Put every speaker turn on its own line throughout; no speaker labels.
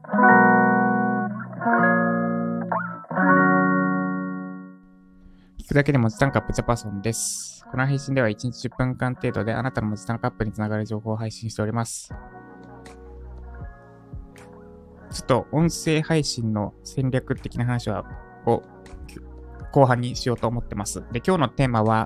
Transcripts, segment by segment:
聞くだけで文字単価アップジャパソンです。この配信では1日10分間程度であなたの文字単価アップにつながる情報を配信しております。ちょっと音声配信の戦略的な話を後半にしようと思ってます。で、今日のテーマは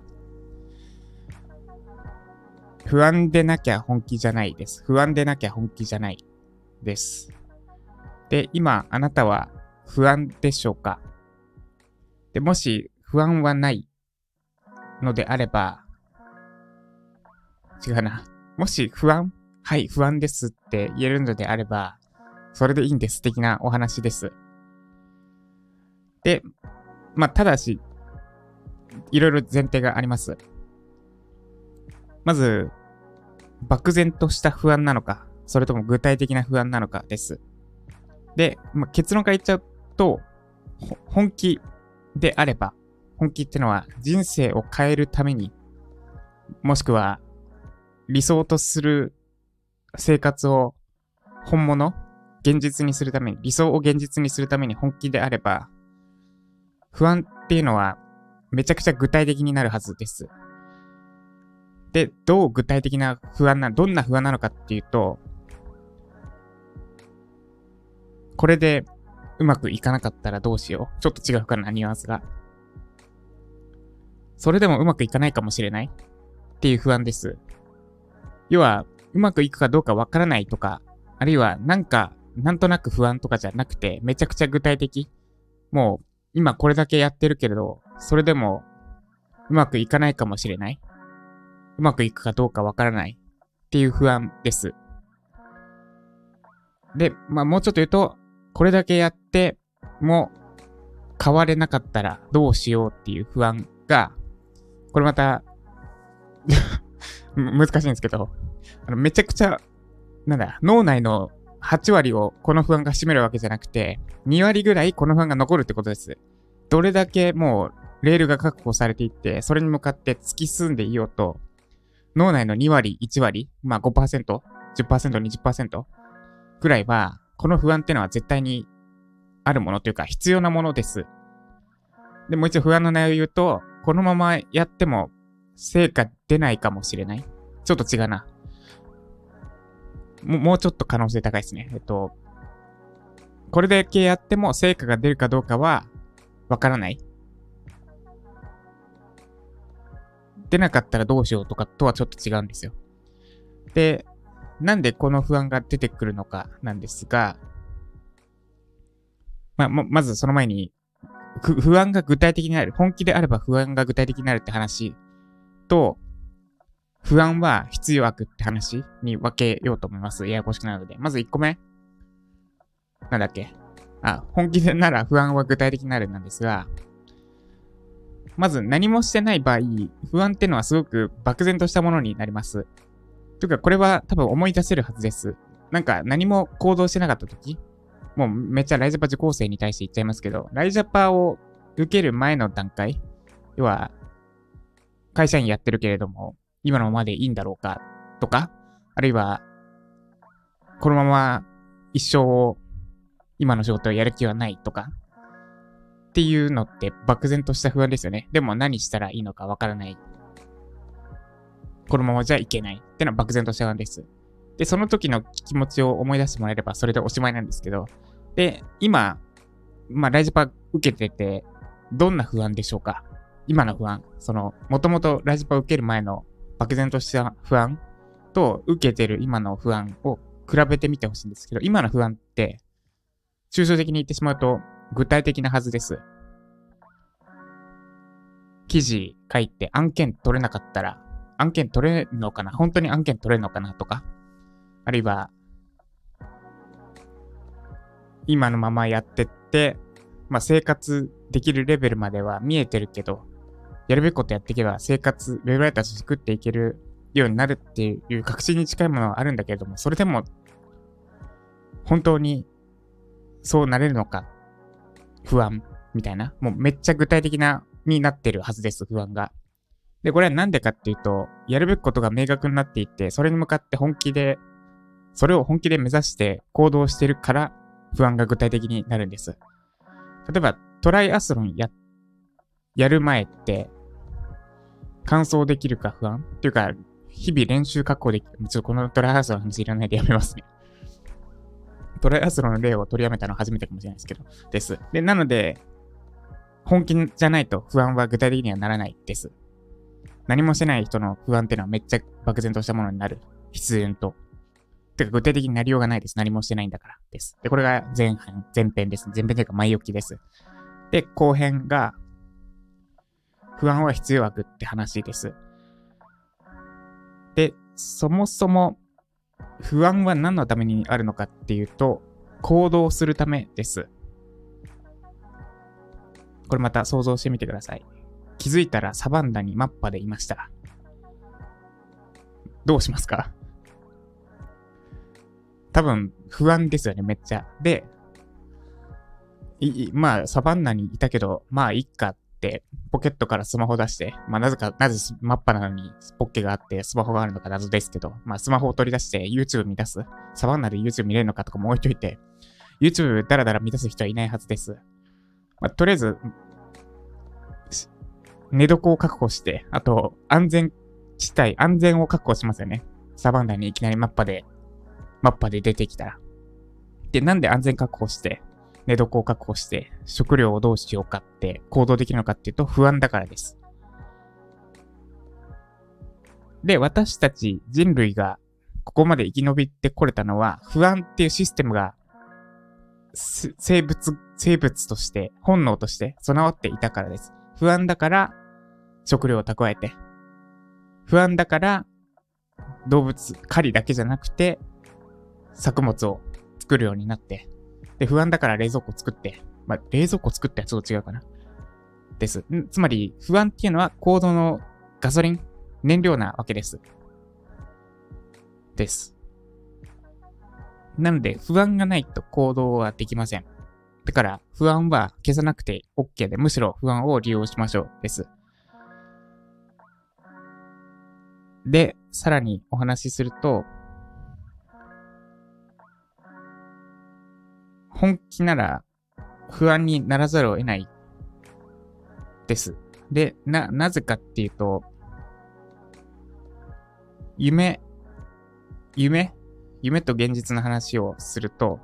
不安でなきゃ本気じゃないです。不安でなきゃ本気じゃないです。で、今あなたは不安でしょうか？で、もし不安はないのであれば、違うな。もし不安？はい、不安ですって言えるのであれば、それでいいんです的なお話です。で、ただし、いろいろ前提があります。まず、漠然とした不安なのか、それとも具体的な不安なのかです。で、結論から言っちゃうと、本気であれば、本気ってのは人生を変えるために、もしくは理想とする生活を現実にするために、理想を現実にするために本気であれば、不安っていうのはめちゃくちゃ具体的になるはずです。で、どんな不安なのかっていうと、これでうまくいかなかったらどうしよう。ちょっと違うかな、ニュアンスが。それでもうまくいかないかもしれないっていう不安です。要は、うまくいくかどうかわからないとか、あるいはなんとなく不安とかじゃなくて、めちゃくちゃ具体的。もう、今これだけやってるけれど、それでもうまくいかないかもしれない。うまくいくかどうかわからないっていう不安です。で、もうちょっと言うと、これだけやっても変われなかったらどうしようっていう不安が、これまた難しいんですけど、めちゃくちゃ、脳内の8割をこの不安が占めるわけじゃなくて、2割ぐらいこの不安が残るってことです。どれだけもうレールが確保されていって、それに向かって突き進んでいようと、脳内の2割、1割、5%、10%、20% ぐらいは、この不安ってのは絶対にあるものというか必要なものです。で、もう一度不安の内容を言うと、このままやっても成果出ないかもしれない。ちょっと違うな。もうちょっと可能性高いですね。これだけやっても成果が出るかどうかはわからない。出なかったらどうしようとかとはちょっと違うんですよ。で、なんでこの不安が出てくるのかなんですが、まずその前に、不安が具体的になる。本気であれば不安が具体的になるって話と、不安は必要悪って話に分けようと思います。ややこしくなるので。まず1個目。なんだっけ？本気でなら不安は具体的になるなんですが、まず何もしてない場合、不安ってのはすごく漠然としたものになります。というか、これは多分思い出せるはずです。何も行動してなかったとき、もうめっちゃライジャパ受講生に対して言っちゃいますけど、ライジャパを受ける前の段階、要は、会社員やってるけれども、今のままでいいんだろうかとか、あるいは、このまま一生今の仕事をやる気はないとか、っていうのって漠然とした不安ですよね。でも何したらいいのかわからない。このままじゃいけないってのは漠然とした不安です。で、その時の気持ちを思い出してもらえればそれでおしまいなんですけど、で、今、ライジャパ受けてて、どんな不安でしょうか？今の不安。もともとライジャパ受ける前の漠然とした不安と受けてる今の不安を比べてみてほしいんですけど、今の不安って、抽象的に言ってしまうと具体的なはずです。記事書いて案件取れなかったら、案件取れるのかな？本当に案件取れるのかなとか、あるいは、今のままやってって、生活できるレベルまでは見えてるけど、やるべきことやっていけばウェブライターとして作っていけるようになるっていう確信に近いものはあるんだけれども、それでも、本当にそうなれるのか、不安みたいな、もうめっちゃ具体的になってるはずです、不安が。で、これはなんでかっていうと、やるべきことが明確になっていて、それに向かってそれを本気で目指して行動してるから不安が具体的になるんです。例えば、トライアスロンやる前って、完走できるか不安っていうか、日々練習確保できる。ちょっとこのトライアスロンの話いらないでやめますね。トライアスロンの例を取りやめたのは初めてかもしれないですけど、です。で、なので、本気じゃないと不安は具体的にはならないです。何もしてない人の不安っていうのはめっちゃ漠然としたものになる。必然と。てか具体的になりようがないです。何もしてないんだからです。で、これが前編です。前編というか前置きです。で、後編が、不安は必要悪って話です。で、そもそも不安は何のためにあるのかっていうと、行動するためです。これまた想像してみてください。気づいたらサバンナにマッパでいました。どうしますか？多分不安ですよね、めっちゃ。で、まあサバンナにいたけど、まあいっかってポケットからスマホ出して、まあなぜマッパなのにポッケがあってスマホがあるのか謎ですけど、まあスマホを取り出して YouTube 見出す。サバンナで YouTube 見れるのかとかも置いといて、YouTube だらだら見出す人はいないはずです。まあ、とりあえず、寝床を確保して、あと安全を確保しますよね。サバンナにいきなりマッパで出てきたら。で、なんで安全確保して、寝床を確保して、食料をどうしようかって行動できるのかっていうと不安だからです。で、私たち人類がここまで生き延びてこれたのは、不安っていうシステムが生物として、本能として備わっていたからです。不安だから食料を蓄えて、不安だから動物、狩りだけじゃなくて作物を作るようになって、で、不安だから冷蔵庫作って、まあ、冷蔵庫作ってはちょっと違うかな。です。つまり、不安っていうのは行動のガソリン、燃料なわけです。です。なので、不安がないと行動はできません。だから、不安は消さなくて OK で、むしろ不安を利用しましょう。です。で、さらにお話しすると、本気なら不安にならざるを得ないです。で、なぜかっていうと、夢と現実の話をすると、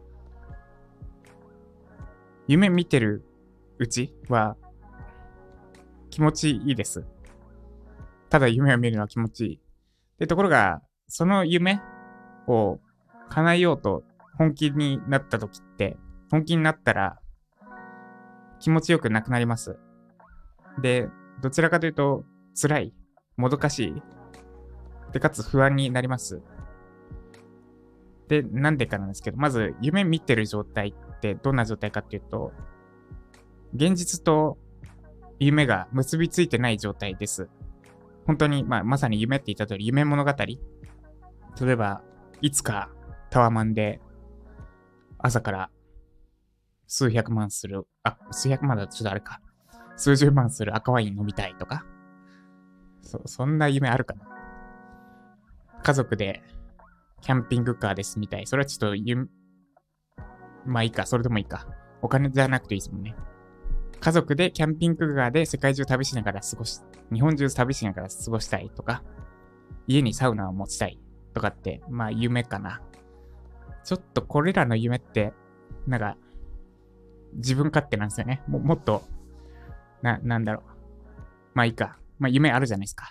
夢見てるうちは気持ちいいです。ただ夢を見るのは気持ちいい。で、ところが、その夢を叶えようと本気になった時って、本気になったら気持ちよくなくなります。で、どちらかというと辛い、もどかしい、で、かつ不安になります。で、なんでかなんですけど、まず夢見てる状態ってどんな状態かっていうと、現実と夢が結びついてない状態です。本当に、まさに夢って言った通り、夢物語。例えば、いつかタワマンで朝から数百万する、数百万だとちょっとあれか。数十万する赤ワイン飲みたいとか。そんな夢あるかな。家族でキャンピングカーですみたい。それはちょっとまあいいか、それでもいいか。お金じゃなくていいですもんね。家族でキャンピングカーで世界中旅しながら日本中旅しながら過ごしたいとか、家にサウナを持ちたいとかって、まあ夢かな。ちょっとこれらの夢って、なんか、自分勝手なんですよね。もっと、なんだろう。まあいいか。まあ夢あるじゃないですか。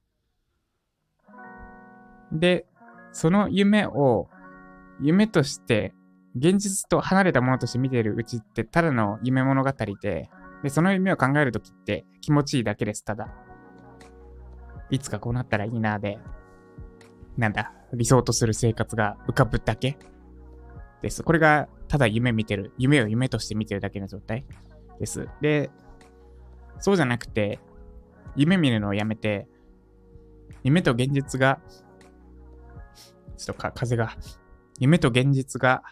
で、その夢を、夢として、現実と離れたものとして見ているうちって、ただの夢物語で、その夢を考えるときって気持ちいいだけです、ただ。いつかこうなったらいいなで、理想とする生活が浮かぶだけです。これが、ただ夢を夢として見てるだけの状態です。で、そうじゃなくて、夢見るのをやめて、夢と現実が、ちょっと風が、夢と現実が、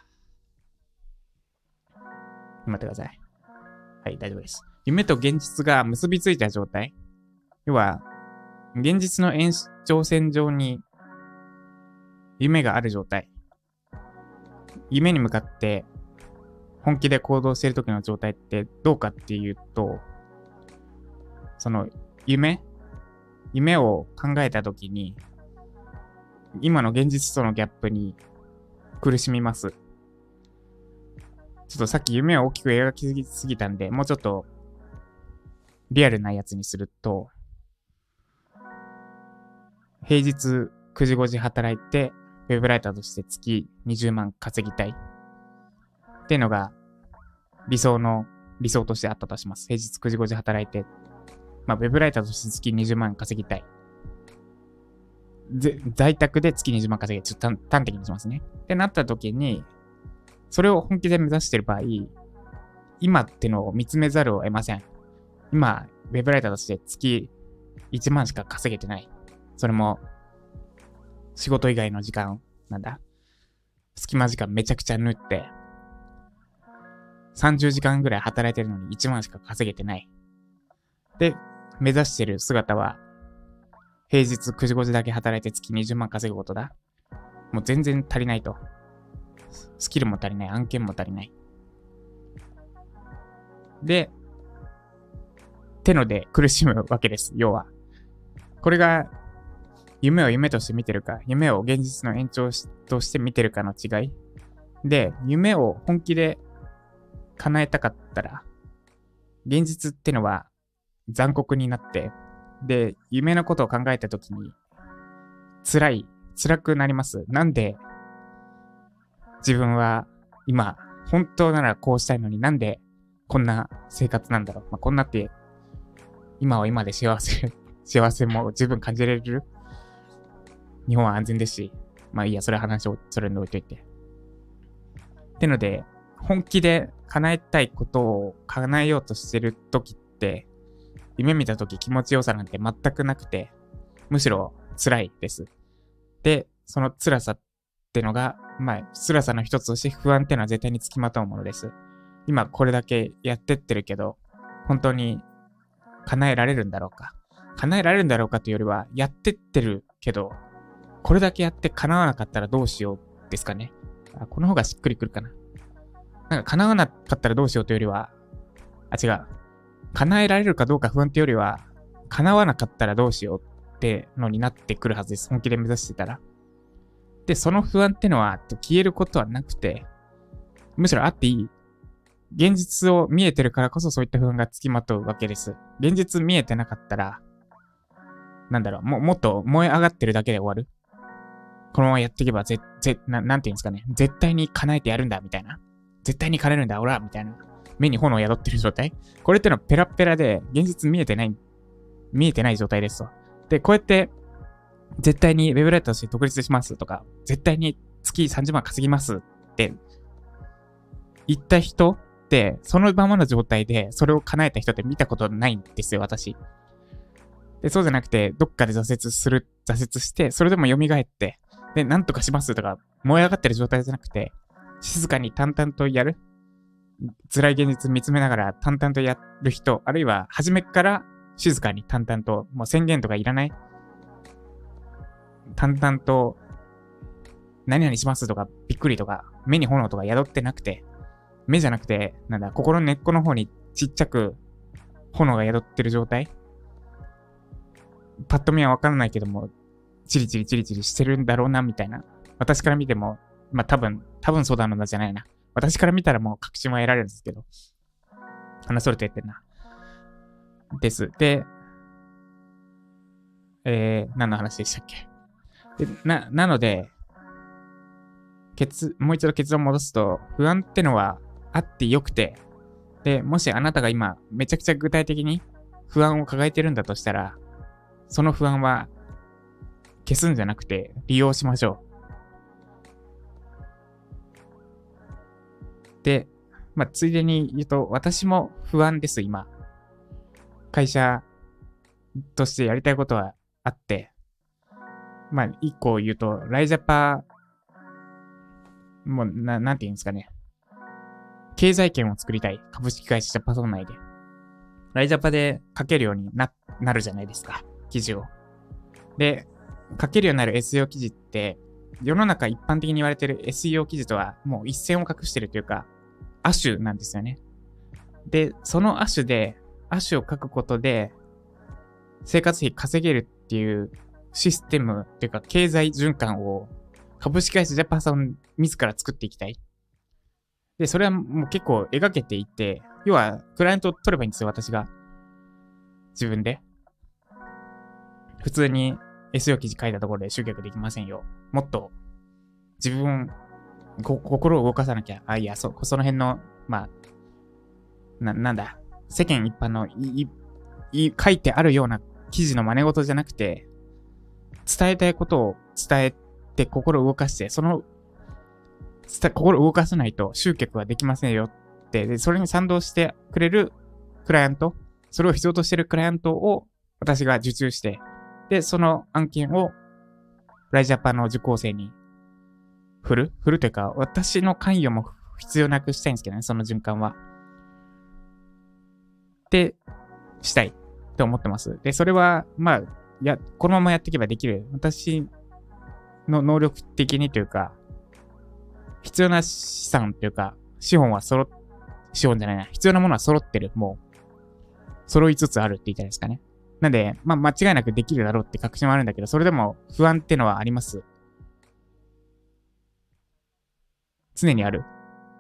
待ってください。はい、大丈夫です。夢と現実が結びついた状態。要は、現実の延長線上に夢がある状態。夢に向かって本気で行動している時の状態ってどうかっていうと、その夢を考えた時に、今の現実とのギャップに苦しみます。ちょっとさっき夢を大きく描きすぎたんで、もうちょっとリアルなやつにすると、平日9時5時働いて、ウェブライターとして月20万稼ぎたいっていうのが理想としてあったとします。平日9時5時働いて、ウェブライターとして月20万稼ぎたい。在宅で月20万稼ぎ、ちょっと端的にしますね。ってなった時に、それを本気で目指している場合、今ってのを見つめざるを得ません。今、ウェブライターとして月1万しか稼げてない。それも、仕事以外の時間、隙間時間めちゃくちゃ縫って、30時間ぐらい働いてるのに1万しか稼げてない。で、目指してる姿は、平日9時5時だけ働いて月20万稼ぐことだ。もう全然足りないと。スキルも足りない、案件も足りない。で、ってので苦しむわけです、要は。これが、夢を夢として見てるか、夢を現実の延長として見てるかの違い。で、夢を本気で叶えたかったら、現実ってのは残酷になって、で、夢のことを考えたときに、辛くなります。なんで、自分は今、本当ならこうしたいのになんでこんな生活なんだろう。こんなって、今は今で幸せも十分感じられる。日本は安全ですし、いいや、それ話をそれに置いといて。ってので、本気で叶えたいことを叶えようとしてる時って、夢見た時気持ちよさなんて全くなくて、むしろ辛いです。で、その辛さってのが、辛さの一つとして不安ってのは絶対につきまとうものです。今これだけやってってるけど、本当に叶えられるんだろうか。叶えられるんだろうかというよりは、やってってるけど、これだけやって叶わなかったらどうしようですかね。この方がしっくりくるかな。叶わなかったらどうしようというよりは、違う。叶えられるかどうか不安というよりは、叶わなかったらどうしようってのになってくるはずです。本気で目指してたら。で、その不安ってのは消えることはなくて、むしろあっていい。現実を見えてるからこそそういった不安がつきまとうわけです。現実見えてなかったら、もっと燃え上がってるだけで終わる。このままやっていけばなんていうんですかね。絶対に叶えてやるんだ、みたいな。絶対に叶えるんだ、オラみたいな。目に炎を宿ってる状態。これってのはペラペラで、現実見えてない状態ですと。で、こうやって、絶対にウェブライターとして独立しますとか、絶対に月30万稼ぎますって言った人って、そのままの状態でそれを叶えた人って見たことないんですよ、私。で、そうじゃなくて、どっかで挫折して、それでも蘇って、で、なんとかしますとか、燃え上がってる状態じゃなくて、静かに淡々とやる。辛い現実見つめながら淡々とやる人、あるいは初めから静かに淡々と、もう宣言とかいらない。淡々と、何々しますとか、びっくりとか、目に炎とか宿ってなくて、目じゃなくて、心の根っこの方にちっちゃく炎が宿ってる状態。パッと見はわからないけども、チリチリしてるんだろうな、みたいな。私から見ても、多分そうだのじゃないな。私から見たらもう確信は得られるんですけど。話それてってんな。です。で、何の話でしたっけ。でなので、もう一度結論戻すと、不安ってのはあってよくて、で、もしあなたが今、めちゃくちゃ具体的に不安を抱えてるんだとしたら、その不安は消すんじゃなくて利用しましょう。で、ついでに言うと、私も不安です、今。会社としてやりたいことはあって、一個言うと、ライジャパ、もう、なんて言うんですかね。経済圏を作りたい。株式会社ジャパソン内で。ライジャパで書けるようになるじゃないですか。記事を。で、書けるようになる SEO 記事って、世の中一般的に言われてる SEO 記事とはもう一線を画してるというか、 亜種なんですよね。で、その亜種を書くことで、生活費稼げるっていうシステムっていうか、経済循環を株式会社ジャパソン自ら作っていきたい。で、それはもう結構描けていて、要は、クライアントを取ればいいんですよ、私が。自分で。普通に SEO 記事書いたところで集客できませんよ。もっと、自分、心を動かさなきゃ。その辺の、なんだ、世間一般の書いてあるような記事の真似事じゃなくて、伝えたいことを伝えて心を動かして、心を動かさないと集客はできませんよって、で、それに賛同してくれるクライアント、それを必要としているクライアントを私が受注して、で、その案件をライジャパの受講生に振るというか、私の関与も必要なくしたいんですけどね、その循環は。で、したいと思ってます。で、それは、このままやっていけばできる。私の能力的にというか、必要な資産というか、資本必要なものは揃ってる。もう、揃いつつあるって言ったらいいですかね。なんで、間違いなくできるだろうって確信はあるんだけど、それでも不安ってのはあります。常にある。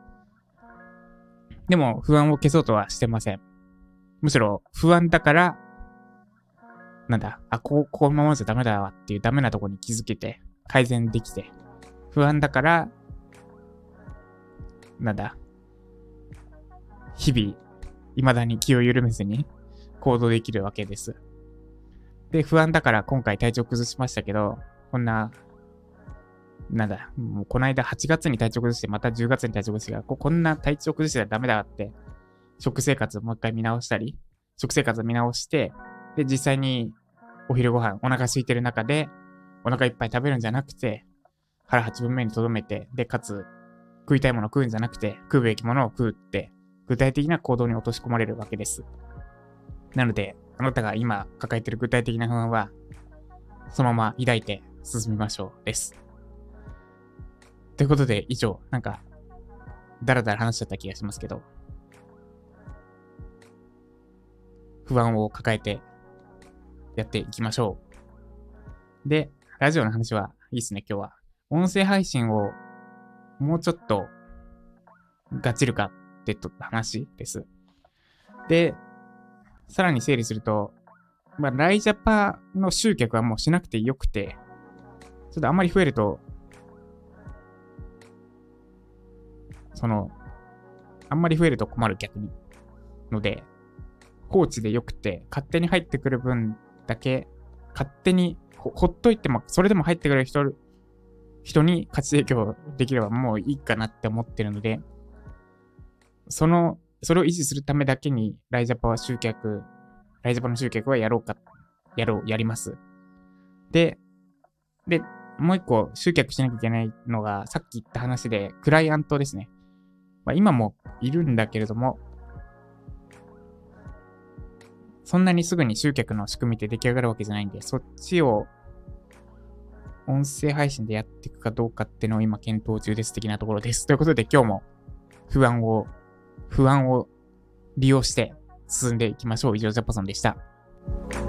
でも、不安を消そうとはしてません。むしろ、不安だから、このままじゃダメだわっていうダメなとこに気づけて、改善できて、不安だから、日々、未だに気を緩めずに行動できるわけです。で、不安だから今回体調崩しましたけど、もうこの間8月に体調崩して、また10月に体調崩して、こんな体調崩してたらダメだって、食生活をもう一回見直して、で、実際にお昼ご飯、お腹空いてる中で、お腹いっぱい食べるんじゃなくて、腹8分目に留めて、で、かつ、食いたいものを食うんじゃなくて、食うべきものを食うって、具体的な行動に落とし込まれるわけです。なので、あなたが今抱えている具体的な不安は、そのまま抱いて進みましょうです。ということで、以上、だらだら話しちゃった気がしますけど、不安を抱えてやっていきましょう。で、ラジオの話はいいっすね、今日は。音声配信をもうちょっとガチるかって話です。で、さらに整理すると、ライジャパの集客はもうしなくてよくて、ちょっとあんまり増えると、あんまり増えると困る逆に。ので、放置でよくて、勝手に入ってくる分だけ、勝手にほっといても、それでも入ってくる人に価値提供できればもういいかなって思ってるので、それを維持するためだけにライジャパの集客はやります。で、もう一個集客しなきゃいけないのが、さっき言った話で、クライアントですね。今もいるんだけれども、そんなにすぐに集客の仕組みって出来上がるわけじゃないんで、そっちを音声配信でやっていくかどうかっていうのを今検討中です的なところです。ということで今日も不安を利用して進んでいきましょう。以上、ジャパソンでした。